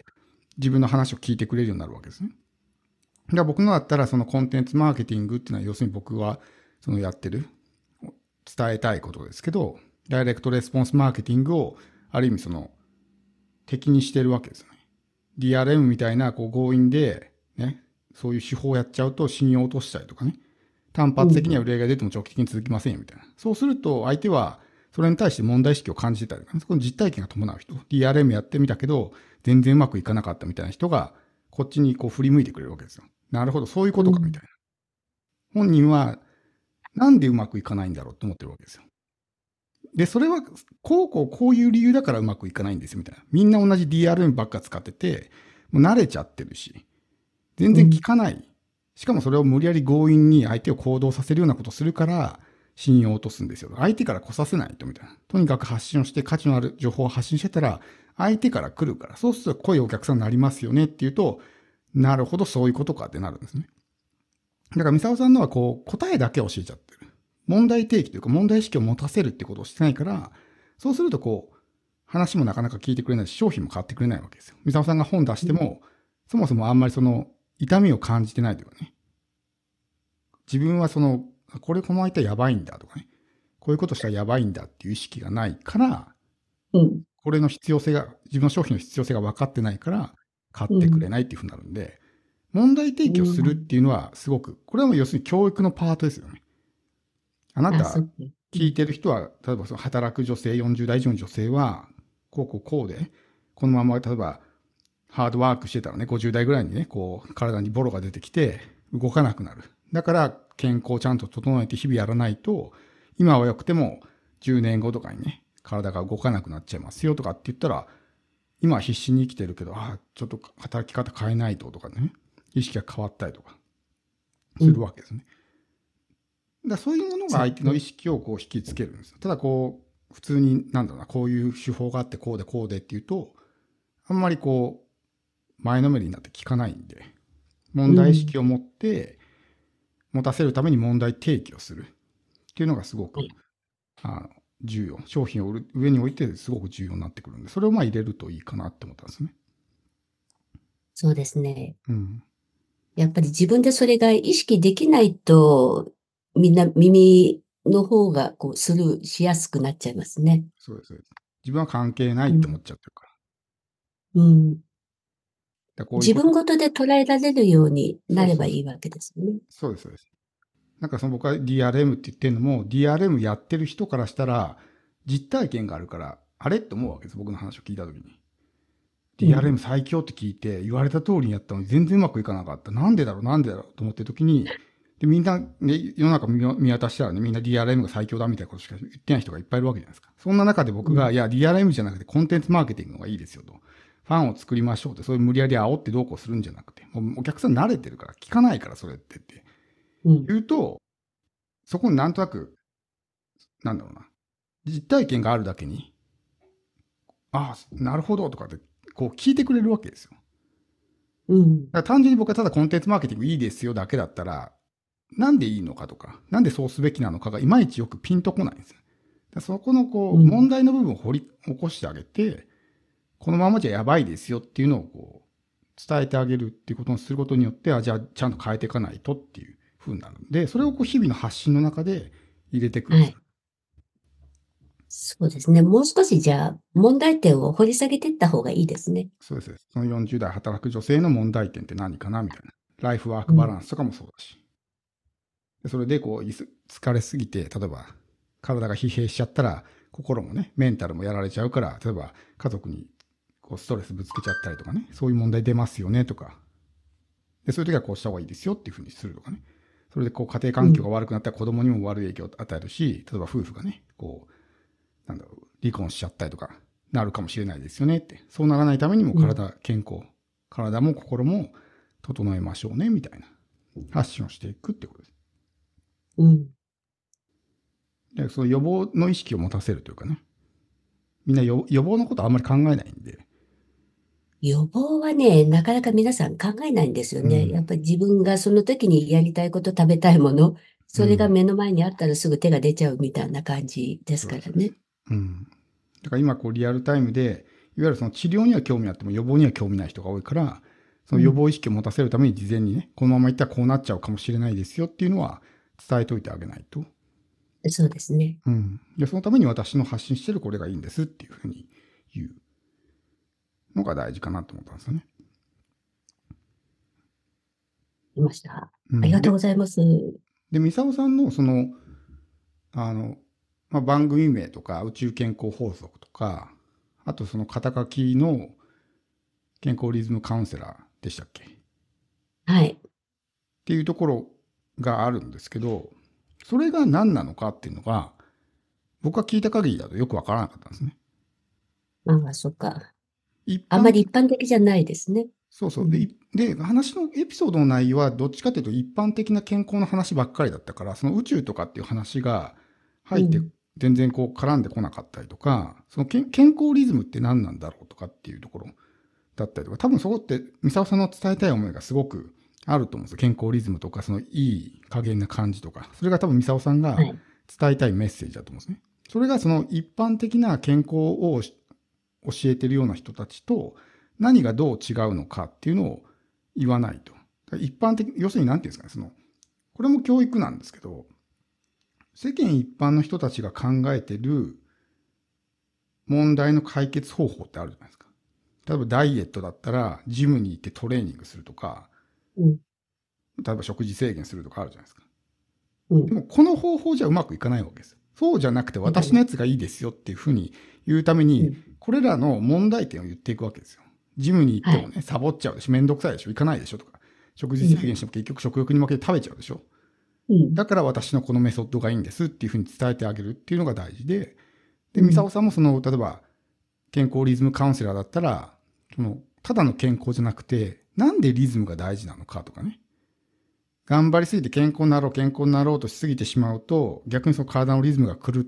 自分の話を聞いてくれるようになるわけですね。だから僕のだったら、そのコンテンツマーケティングっていうのは、要するに僕はそのやってる、伝えたいことですけど、ダイレクトレスポンスマーケティングを、ある意味その、敵にしてるわけですよね。ディーアールエム みたいな、こう、強引で、ね、そういう手法をやっちゃうと信用を落としたりとかね。単うん。 発的には売り上げが出ても長期的に続きませんよ、みたいな。そうすると、相手は、それに対して問題意識を感じてたりとかね、そこの実体験が伴う人、ディーアールエム やってみたけど、全然うまくいかなかったみたいな人が、こっちにこう振り向いてくれるわけですよ。なるほど、そういうことか、みたいな。本人は、なんでうまくいかないんだろうと思ってるわけですよ。で、それは、こうこうこういう理由だからうまくいかないんですよ、みたいな。みんな同じ ディーアールエム ばっか使ってて、もう慣れちゃってるし、全然うん。 聞かない。しかもそれを無理やり強引に相手を行動させるようなことをするから、信用を落とすんですよ。相手から来させないと、みたいな。とにかく発信をして価値のある情報を発信してたら、相手から来るから、そうすると濃いお客さんになりますよねっていうと、なるほど、そういうことかってなるんですね。だから、三沢さんのはこう、答えだけ教えちゃってる。問題提起というか、問題意識を持たせるってことをしてないから、そうするとこう、話もなかなか聞いてくれないし、商品も買ってくれないわけですよ。三沢さんが本出しても、そもそもあんまりその、痛みを感じてないというかね。自分はその、これこの相手やばいんだとかね。こういうことしたらやばいんだっていう意識がないから、 うん。 これの必要性が、自分の商品の必要性が分かってないから、買ってくれないっていうふうになるんで、問題提起をするっていうのはすごく、これはもう要するに教育のパートですよね。あなあ、そた、 っか。うん。 聞いてる人は、例えばその働く女性、よんじゅう代以上の女性は、こうこうこうで、このまま例えば、ハードワークしてたらね、ごじゅう代ぐらいにね、こう、体にボロが出てきて、動かなくなる。だから、健康をちゃんと整えて日々やらないと、今は良くても、じゅうねんごとかにね、体が動かなくなっちゃいますよとかって言ったら、今は必死に生きてるけど、ああ、ちょっと働き方変えないととかね、意識が変わったりとか、するうん。 わけですね。だそういうものがそう相手の意識をこう引きつけるんです。ただこう、普通に、なんだろうな、こういう手法があって、こうでこうでっていうと、あんまりこう、前のめりになって聞かないんで、問題意うん。 識を持って、持たせるために問題提起をするっていうのがすごく、あの重要。商品を売る上に置いてすごく重要になってくるんで、それをまあ入れるといいかなって思ったんですね。 そうですね。 うん。 やっぱり自分でそれが意識できないと、みんな耳の方がこうスルーしやすくなっちゃいますね。 そうです、そうです。自分は関係ないって思うん。 っちゃってるから。 うん。 だこういう自こと、 分ごとで捉えられるようになそうそうそう。 ればいいわけですね。 そうです、そうです。なんかその僕は ディーアールエム って言ってるのも、ディーアールエム やってる人からしたら、実体験があるから、あれって思うわけです。僕の話を聞いたときに。 うん。 ディーアールエム 最強って聞いて、言われた通りにやったのに全然うまくいかなかった。なんでだろう、なんでだろうと思ってるときに、で、みんな、ね、世の中見見渡したらね、みんな ディーアールエム が最強だみたいなことしか言ってない人がいっぱいいるわけじゃないですか。そんな中で僕が、 うん。 いや、ディーアールエム じゃなくてコンテンツマーケティングの方がいいですよと。ファンを作りましょうって、そういう無理やり煽ってどうこうするんじゃなくて、もうお客さん慣れてるから、聞かないから、それってってうん。 言うと、そこになんとなく、なんだろうな、実体験があるだけに、ああ、なるほどとかって、こう聞いてくれるわけですよ。 うん。 だから単純に僕はただコンテンツマーケティングいいですよだけだったら、なんでいいのかとか、なんでそうすべきなのかがいまいちよくピンとこないんですよ。だからそこのこう、 うん。 問題の部分を掘り起こしてあげて、このままじゃやばいですよっていうのをこう、伝えてあげるっていうことをすることによって、あ、じゃあちゃんと変えていかないとっていう風になるんで、それをこう日々の発信の中で入れていくんですよ。 はい。そうですね。もう少しじゃあ問題点を掘り下げていった方がいいですね。 そうです。そのよんじゅう代働く女性の問題点って何かなみたいな。ライフワークバうん。 ランスとかもそうだし。でそれでこう、いす疲れすぎて、例えば体が疲弊しちゃったら、心もね、メンタルもやられちゃうから、例えば家族にこうストレスぶつけちゃったりとかね、そういう問題出ますよねとか。 で、そういう時はこうした方がいいですよっていうふうにするとかね。それでこう家庭環境が悪くなったら子供にも悪い影響を与えるし、例えば夫婦がね、こう、なんだろう、離婚しちゃったりとかなるかもしれないですよねって。そうならないためにも体、健康、体も心も整えましょうね、みたいな発信をしていくってことです。 うん。 で、その予防の意識を持たせるというかね。みんな予予防のことあんまり考えないんで。 予防はね、なかなか皆さん考えないんですよね。 うんやっぱり自分がその時にやりたいこと、食べたいもの、それがうん目の前にあったらすぐ手が出ちゃうみたいな感じですそうですそうです。 からね。 うん。だから今こうリアルタイムで、いわゆるその治療には興味あっても予防には興味ない人が多いから、その予防意識を持たせるために事前にね、このままいったらこうなっちゃうかもしれないですよっていうのは伝えておいてあげないと。 そうですね。 うん。で、そのために私の発信してるこれがいいんですっていうふうに言うのが大事かなと思ったんですよね。 いました。 うん。 ありがとうで、 ございます。 で、ミサオさんのその、あの、まあ、番組名とか宇宙健康法則とか、あとその肩書きの健康リズムカウンセラーでしたっけっはい。 ていうところがあるんですけど、それが何なのかっていうのが、僕が聞いた限りだとよくわからなかったんですね。 ああ、そっか。 一あまり般的、 一般的じゃないですね。 そうそう。で、 うん。 いで、話のエピソードの内容はどっちかというと一般的な健康の話ばっかりだったから、その宇宙とかっていう話が入ってうん。 全然こう絡んでこなかったりとか、その健健康リズムって何なんだろうとかっていうところだったりとか、多分そこって三沢さんの伝えたい思いがすごくあると思うんですよ。健康リズムとか、そのいい加減な感じとか。それが多分三沢さんがはい。 伝えたいメッセージだと思うんですね。それがその一般的な健康を教えてるような人たちと何がどう違うのかっていうのを言わないと。一般的、要するに何て言うんですかね、その、これも教育なんですけど、世間一般の人たちが考えてる問題の解決方法ってあるじゃないですか。例えばダイエットだったら、ジムに行ってトレーニングするとか、 うん。 例えば食事制限するとかあるじゃないですか。 うん。 でも、この方法じゃうまくいかないわけです。そうじゃなくて、 いかない。 私のやつがいいですよっていうふうに言うために、 うん。 これらの問題点を言っていくわけですよ。ジムに行ってはい。 もね、サボっちゃうでしょ、めんどくさいでしょ、行かないでしょとか、食事うん。 制限しても結局食欲に負けて食べちゃうでしょ。 うん。 だから私のこのメソッドがいいんですっていうふうに伝えてあげるっていうのが大事で、で、ミサうん。 オさんもその、例えば、健康リズムカウンセラーだったら、その、ただの健康じゃなくて、なんでリズムが大事なのかとかね。頑張りすぎて健康になろう、健康になろうとしすぎてしまうと、逆にその体のリズムが狂って、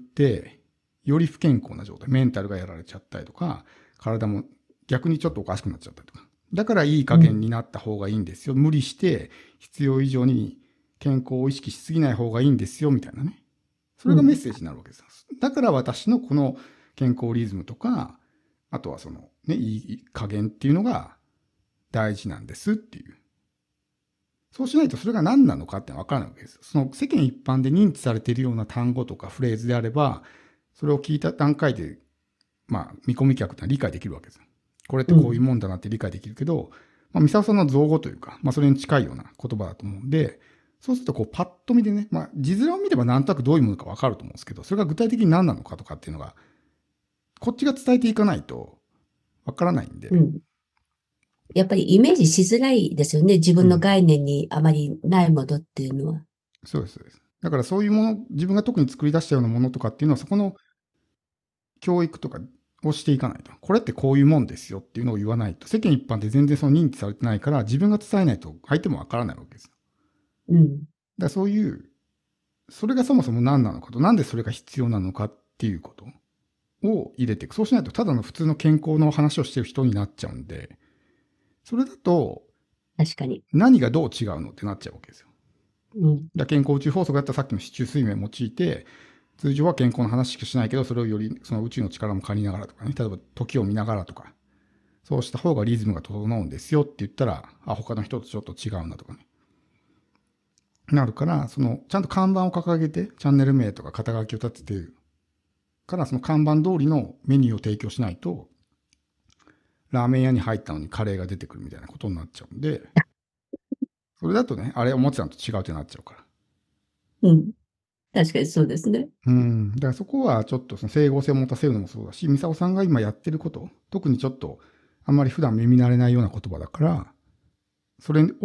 より不健康な状態、メンタルがやられちゃったりとか、体も逆にちょっとおかしくなっちゃったりとか。だからいい加減になった方がいいんですよ。無理して必要以上に健康を意識しすぎない方がいいんですよ、みたいなね。それがメッセージになるわけです。だから私のこの健康リズムとか、あとはそのね、いい加減っていうのが大事なんですっていう。そうしないとそれが何なのかってわからないわけです。その世間一般で認知されているような単語とかフレーズであれば、それを聞いた段階で、まあ、見込み客ってのは理解できるわけです。これってこういうもんだなって理解できるけど、まあ、三沢さんの造語というか、まあ、それに近いような言葉だと思うんで、そうするとこうパッと見でね、まあ、字面を見ればなんとなくどういうものかわかると思うんですけど、それが具体的に何なのかとかっていうのが、こっちが伝えていかないとわからないんで、 うん。やっぱりイメージしづらいですよね。自分のうん。 概念にあまりないものっていうのは。 そうです、そうです。だからそういうもの、自分が特に作り出したようなものとかっていうのは、そこの教育とかをしていかないと。これってこういうもんですよっていうのを言わないと。世間一般で全然その認知されてないから、自分が伝えないと相手もわからないわけです。 うん。 だからそういう、それがそもそも何なのかと、なんでそれが必要なのかっていうことを入れていく。そうしないとただの普通の健康の話をしてる人になっちゃうんで、それだと確かに。 何がどう違うのってなっちゃうわけですよ。 うん。 だ健康宇宙法則だったらさっきの市中水面を用いて、通常は健康の話しかしないけど、それをよりその宇宙の力も借りながらとかね、例えば時を見ながらとか、そうした方がリズムが整うんですよって言ったら、あ、他の人とちょっと違うんだとかね。なるから、その、ちゃんと看板を掲げて、チャンネル名とか肩書きを立ててるから、その看板通りのメニューを提供しないと、ラーメン屋に入ったのにカレーが出てくるみたいなことになっちゃうんで、それだとね、あれ思ってたのと違うってなっちゃうから。 うん。確かにそうですね。 うん。だからそこはちょっとその整合性を持たせるのもそうだし、ミサオさんが今やってること、特にちょっとあんまり普段耳慣れないような言葉だから、それを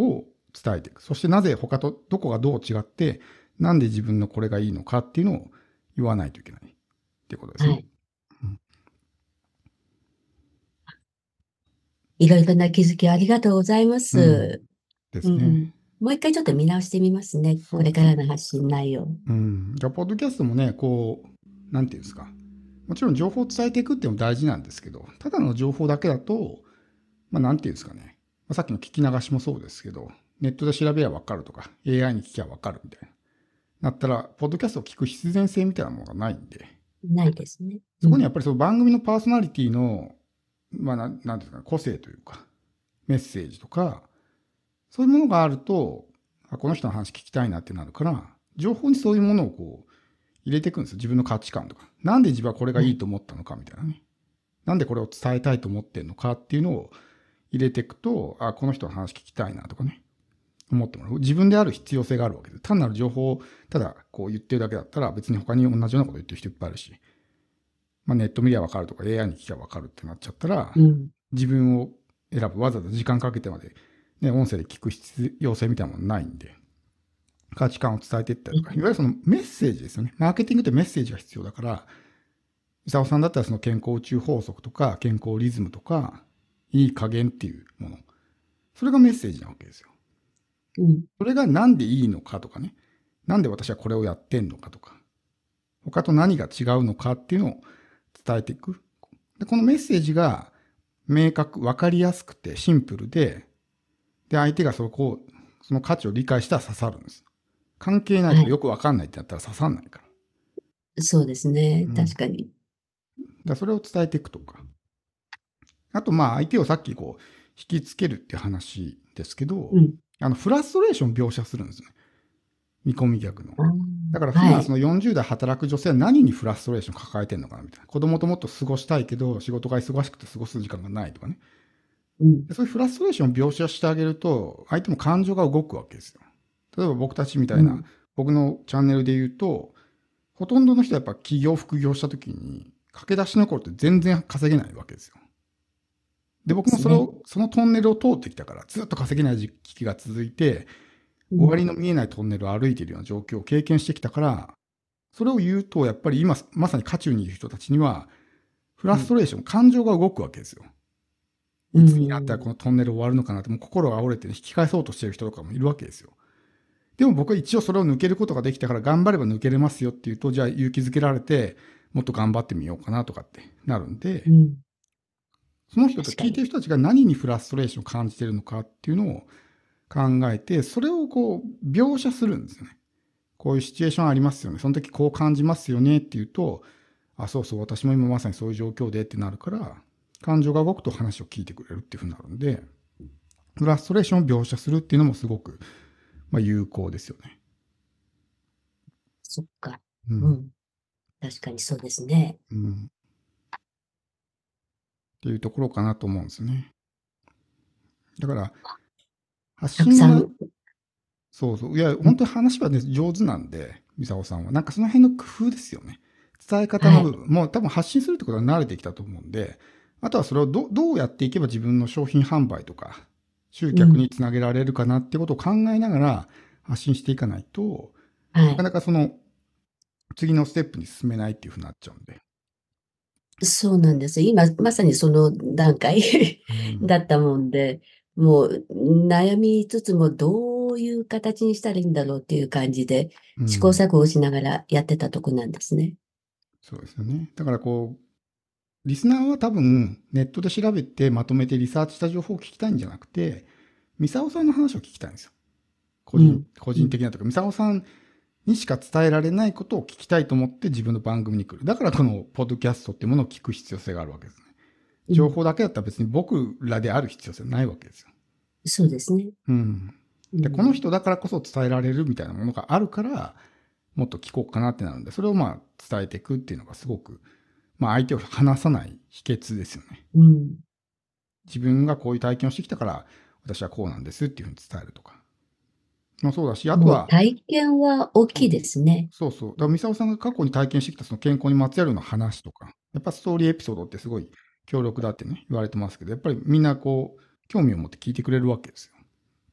伝えていく。そしてなぜ他とどこがどう違って、なんで自分のこれがいいのかっていうのを言わないといけないっていうことですね。 はい。いろいろな気づきありがとうございまうん、 す。 ですね。 うん。もう一回ちょっと見直してみますね。 そうですね。 これからの発信内容。 うん。じゃあ、ポッドキャストもね、こう、なんていうんですか。もちろん情報を伝えていくっていうのも大事なんですけど、ただの情報だけだと、まあ、なんていうんですかね。まあ、さっきの聞き流しもそうですけど、ネットで調べればわかるとか、エーアイ に聞きゃわかるみたいな。なったら、ポッドキャストを聞く必然性みたいなものがないんで、 ないですね。 そこにやっぱりその番組のパーソナリティの、まあ、なんなんていうんですかね、個性というか、メッセージとか、そういうものがあると、あ、この人の話聞きたいなってなるから、情報にそういうものをこう、入れていくんですよ。自分の価値観とか。なんで自分はこれがいいと思ったのかみたいなね。なんでこれを伝えたいと思ってんのかっていうのを入れていくと、あ、この人の話聞きたいなとかね。思ってもらう。自分である必要性があるわけです。単なる情報をただこう言ってるだけだったら別に他に同じようなこと言ってる人いっぱいあるし、まあ、ネット見りゃわかるとか エーアイ に聞きゃわかるってなっちゃったら、 うん。 自分を選ぶ、わざわざ時間かけてまで、ね、音声で聞く必要性みたいなものないんで、価値観を伝えていったりとか、いわゆるそのメッセージですよね。マーケティングってメッセージが必要だから、伊沢さんだったらその健康宇宙法則とか、健康リズムとか、いい加減っていうもの。それがメッセージなわけですよ。 うん。 それがなんでいいのかとかね。なんで私はこれをやってんのかとか。他と何が違うのかっていうのを伝えていく。で、このメッセージが明確、わかりやすくてシンプルで、で、相手がそこを、その価値を理解したら刺さるんです。関係ないとはい。 かよくわかんないってなったら刺さんないから。 そうですね。 うん。だか確かに。 らそれを伝えていくとか。あと、まあ、相手をさっきこう、引きつけるって話ですけど、 うん。 あの、フラストレーションを描写するんですね。見込み客の。 あーだから普はい。 段そのよんじゅう代働く女性は何にフラストレーションを抱えてるのかなみたいな。子供ともっと過ごしたいけど、仕事が忙しくて過ごす時間がないとかね。 うん。 でそういうフラストレーションを描写してあげると、相手も感情が動くわけですよ。例えば僕たちみたいな、 うん。 僕のチャンネルで言うと、ほとんどの人はやっぱ起業、副業した時に、駆け出しの頃って全然稼げないわけですよ。で、僕もですね。 それを、そのトンネルを通ってきたから、ずっと稼げない時期が続いて、終わうん。 りの見えないトンネルを歩いているような状況を経験してきたから、それを言うと、やっぱり今、まさに渦中にいる人たちには、フラうん。 ストレーション、感情が動くわけですよ。 ういつになったらこん。 のトンネル終わるのかなって、もう心が折れて、ね、引き返そうとしている人とかもいるわけですよ。でも僕は一応それを抜けることができたから、頑張れば抜けれますよっていうと、じゃあ勇気づけられて、もっと頑張ってみようかなとかってなるんで、 うん。 その人と確かに。 聞いてる人たちが何にフラストレーションを感じているのかっていうのを考えて、それをこう描写するんですよね。こういうシチュエーションありますよね。その時こう感じますよねっていうと、あ、そうそう、私も今まさにそういう状況でってなるから、感情が動くと話を聞いてくれるっていうふうになるんで、フラストレーションを描写するっていうのもすごく、まあ、有効ですよね。 そっか。 うん。 うん。確かにそうですね。 うん。っていうところかなと思うんですね。だから、発信が、 たくさん。 そうそう、いや、 うん。 本当に話はね、上手なんで、ミサオさんは。なんかその辺の工夫ですよね。伝え方はい。 の部分、もう多分発信するってことは慣れてきたと思うんで、あとはそれをどどうやっていけば自分の商品販売とか、集うん。 客につなげられるかなってことを考えながら発信していかないと、なかはい。 なかその次のステップに進めないっていうふうになっちゃうんで。 そうなんです。今、まさにその段階うん。 だったもんで、もう悩みつつもどういう形にしたらいいんだろうっていう感じで試行うん。 錯誤しながらやってたとこなんですね。 そうですよね。だからこう、リスナーは多分ネットで調べてまとめてリサーチした情報を聞きたいんじゃなくて、ミサオさんの話を聞きたいんですよ。個人、 うん。 個うん。 人的なとか、ミサオさんにしか伝えられないことを聞きたいと思って自分の番組に来る。だからこのポッドキャストっていうものを聞く必要性があるわけですね。 うん。 情報だけだったら別に僕らである必要性はないわけですよ。 そうですね。 うん。で、このうん。 人だからこそ伝えられるみたいなものがあるから、もっと聞こうかなってなるんで、それをまあ伝えていくっていうのがすごく、まあ相手を話さない秘訣ですよね。 うん。 自分がこういう体験をしてきたから、私はこうなんですっていうふうに伝えるとか。まあそうだし、あとは、 もう体験は大そうきいですね。 そうそう。だから、ミサオさんが過去に体験してきたその健康にまつわるような話とか、やっぱストーリーエピソードってすごい強力だってね、言われてますけど、やっぱりみんなこう、興味を持って聞いてくれるわけですよ。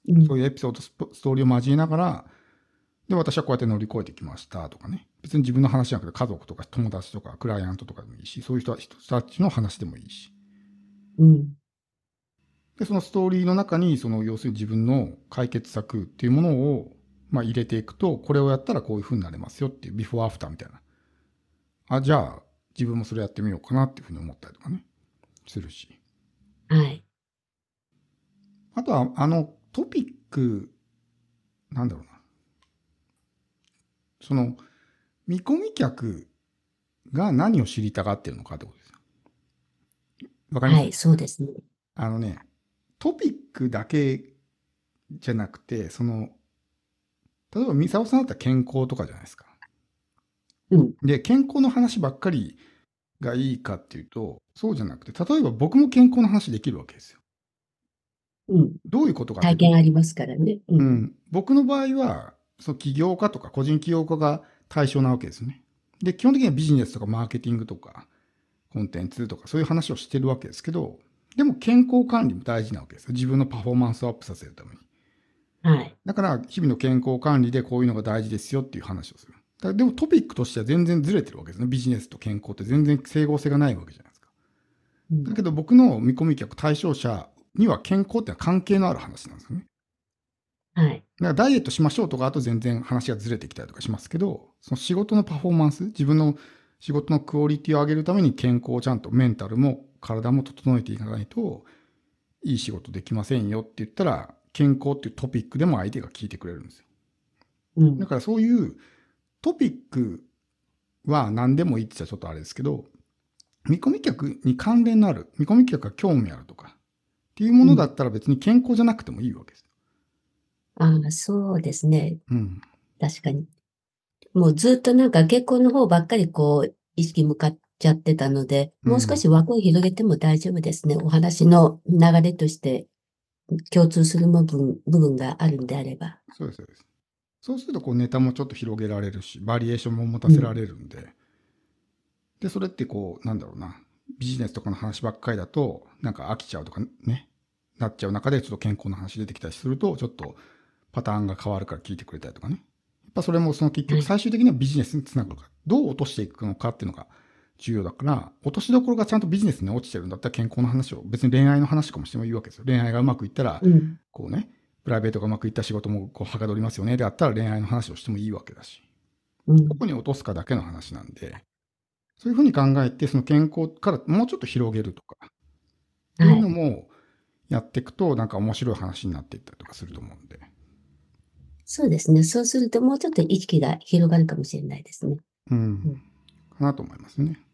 うんそういうエピソード、スポストーリーを交えながら、で、私はこうやって乗り越えてきましたとかね。別に自分の話じゃなくて家族とか友達とかクライアントとかでもいいし、そういう人人たちの話でもいいし。 うんで、そのストーリーの中に、その要するに自分の解決策っていうものを、まあ入れていくと、これをやったらこういう風になれますよっていうビフォーアフターみたいな。あ、じゃあ自分もそれやってみようかなっていう風に思ったりとかね、するし。 はい。 あとは、あのトピック、なんだろうな。その、見込み客が何を知りたがってるのかってことですよ。わかります？ はい、そうですね。 あのね、トピックだけじゃなくて、その、例えば、ミサオさんだったら健康とかじゃないですか。 うん。 で、健康の話ばっかりがいいかっていうと、そうじゃなくて、例えば僕も健康の話できるわけですよ。 うん。 どういうことかっていうと、 体験ありますからね。うん。 うん、僕の場合は、その起業家とか個人起業家が対象なわけですね。で、基本的にはビジネスとかマーケティングとか、コンテンツとかそういう話をしてるわけですけど、でも健康管理も大事なわけですよ。自分のパフォーマンスをアップさせるために。 はい。 だから、日々の健康管理でこういうのが大事ですよっていう話をする。だからでもトピックとしては全然ずれてるわけですね。ビジネスと健康って全然整合性がないわけじゃないですか。 うんだけど僕の見込み客対象者には健康ってのは関係のある話なんですよね。 はい。 だからダイエットしましょうとか、あと全然話がずれてきたりとかしますけど、その仕事のパフォーマンス、自分の仕事のクオリティを上げるために健康をちゃんとメンタルも体も整えていかないと、いい仕事できませんよって言ったら、健康っていうトピックでも相手が聞いてくれるんですよ。 うんだからそういうトピックは何でもいいって言ったらちょっとあれですけど、見込み客に関連のある、見込み客が興味あるとかっていうものだったら別に健康じゃなくてもいいわけです。 ああ、そうですね。 うん。 確かに。もうずっとなんか結婚の方ばっかりこう、意識向かっちゃってたので、もう少うん。 し枠を広げても大丈夫ですね。お話の流れとして共通する部分、部分があるんであれば。 そうです、そうです。そうするとこうネタもちょっと広げられるし、バリエーションも持たせらうん。 れるんで、で、それってこう、なんだろうな、ビジネスとかの話ばっかりだと、なんか飽きちゃうとかね、なっちゃう中でちょっと健康の話出てきたりすると、ちょっとパターンが変わるから聞いてくれたりとかね。やっぱそれもその結局はい。 最終的にはビジネスにつながるから、どう落としていくのかっていうのが重要だから、落としどころがちゃんとビジネスに落ちてるんだったら健康の話を、別に恋愛の話とかもしてもいいわけですよ。恋愛がうまくいったら、 うん。 こうね、プライベートがうまくいった仕事もこうはかどりますよね。であったら恋愛の話をしてもいいわけだし、 うん。 どこに落とすかだけの話なんで、そういうふうに考えて、その健康からもうちょっと広げるとか、っていうのはい。 もやっていくと、なんか面白い話になっていったりとかすると思うんで。 そうですね。そうするともうちょっと意識が広がるかもしれないですね。 うん。 うん。 かなと思いますね。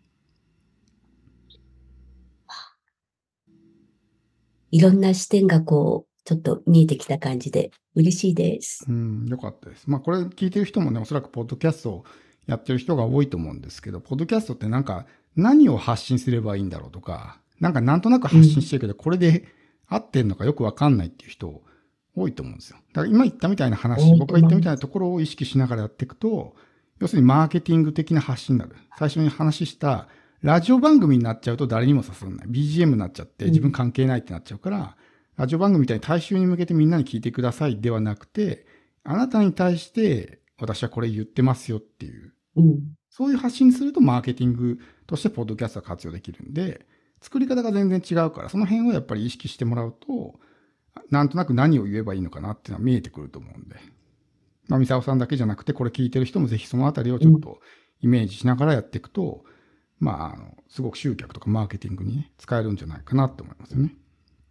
いろんな視点がこう、ちょっと見えてきた感じで嬉しいです。 うん、よかったです。まあ、これ聞いてる人もね、おそらくポッドキャストをやってる人が多いと思うんですけど、ポッドキャストってなんか何を発信すればいいんだろうとか、なんかなんとなく発信してるけど、これで合ってんのかよくわかんないっていう人多いと思うんですよ。だから今言ったみたいな話、 多い僕が言ったみたいと思います。 なところを意識しながらやっていくと、要するにマーケティング的な発信になる。最初に話したラジオ番組になっちゃうと誰にも刺さらない。ビージーエム になっちゃって自分うん。 関係ないってなっちゃうから、ラジオ番組みたいに大衆に向けてみんなに聞いてくださいではなくて、あなたに対して私はこれ言ってますよっていう、 うん。 そういう発信するとマーケティングとしてポッドキャストが活用できるんで、作り方が全然違うから、その辺をやっぱり意識してもらうと、なんとなく何を言えばいいのかなっていうのは見えてくると思うんで。まあ、ミサオさんだけじゃなくて、これ聞いてる人もぜひそのあたりをちょっとイメージしながらやっていくと、まあ、あの、すごく集客とかマーケティングにね、使えるんじゃないかなって思いますよね。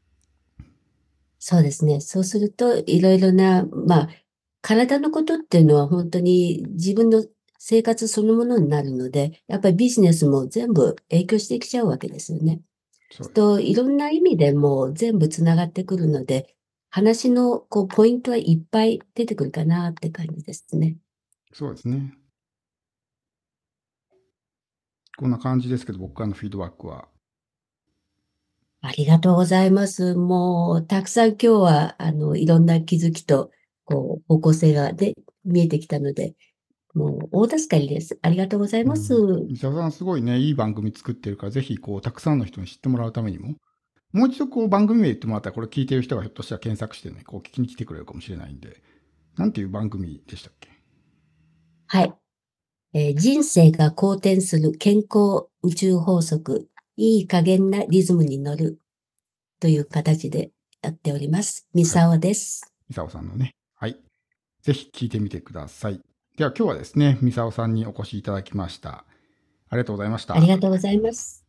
そうですね。そうすると、いろいろな、まあ、体のことっていうのは本当に自分の生活そのものになるので、やっぱりビジネスも全部影響してきちゃうわけですよね。 そうです。 と、いろんな意味でもう全部つながってくるので、話のこうポイントはいっぱい出てくるかなって感じですね。 そうですね。こんな感じですけど、僕からのフィードバックは。 ありがとうございます。もう、たくさん今日は、あの、いろんな気づきと、こう、方向性がで見えてきたので、もう、大助かりです。ありがとうございます。 うん。ミサオさんすごいね、いい番組作ってるから、ぜひ、こう、たくさんの人に知ってもらうためにも、 もう一度こう番組名言ってもらったら、これ聞いてる人がひょっとしたら検索してね、こう聞きに来てくれるかもしれないんで、なんていう番組でしたっけ？ はい。えー人生が好転する健康宇宙法則、いい加減なリズムに乗るという形でやっております。ミサオです。 ミサオさんのね。はい。ぜひ聞いてみてください。では今日はですね、ミサオさんにお越しいただきました。ありがとうございました。 ありがとうございます。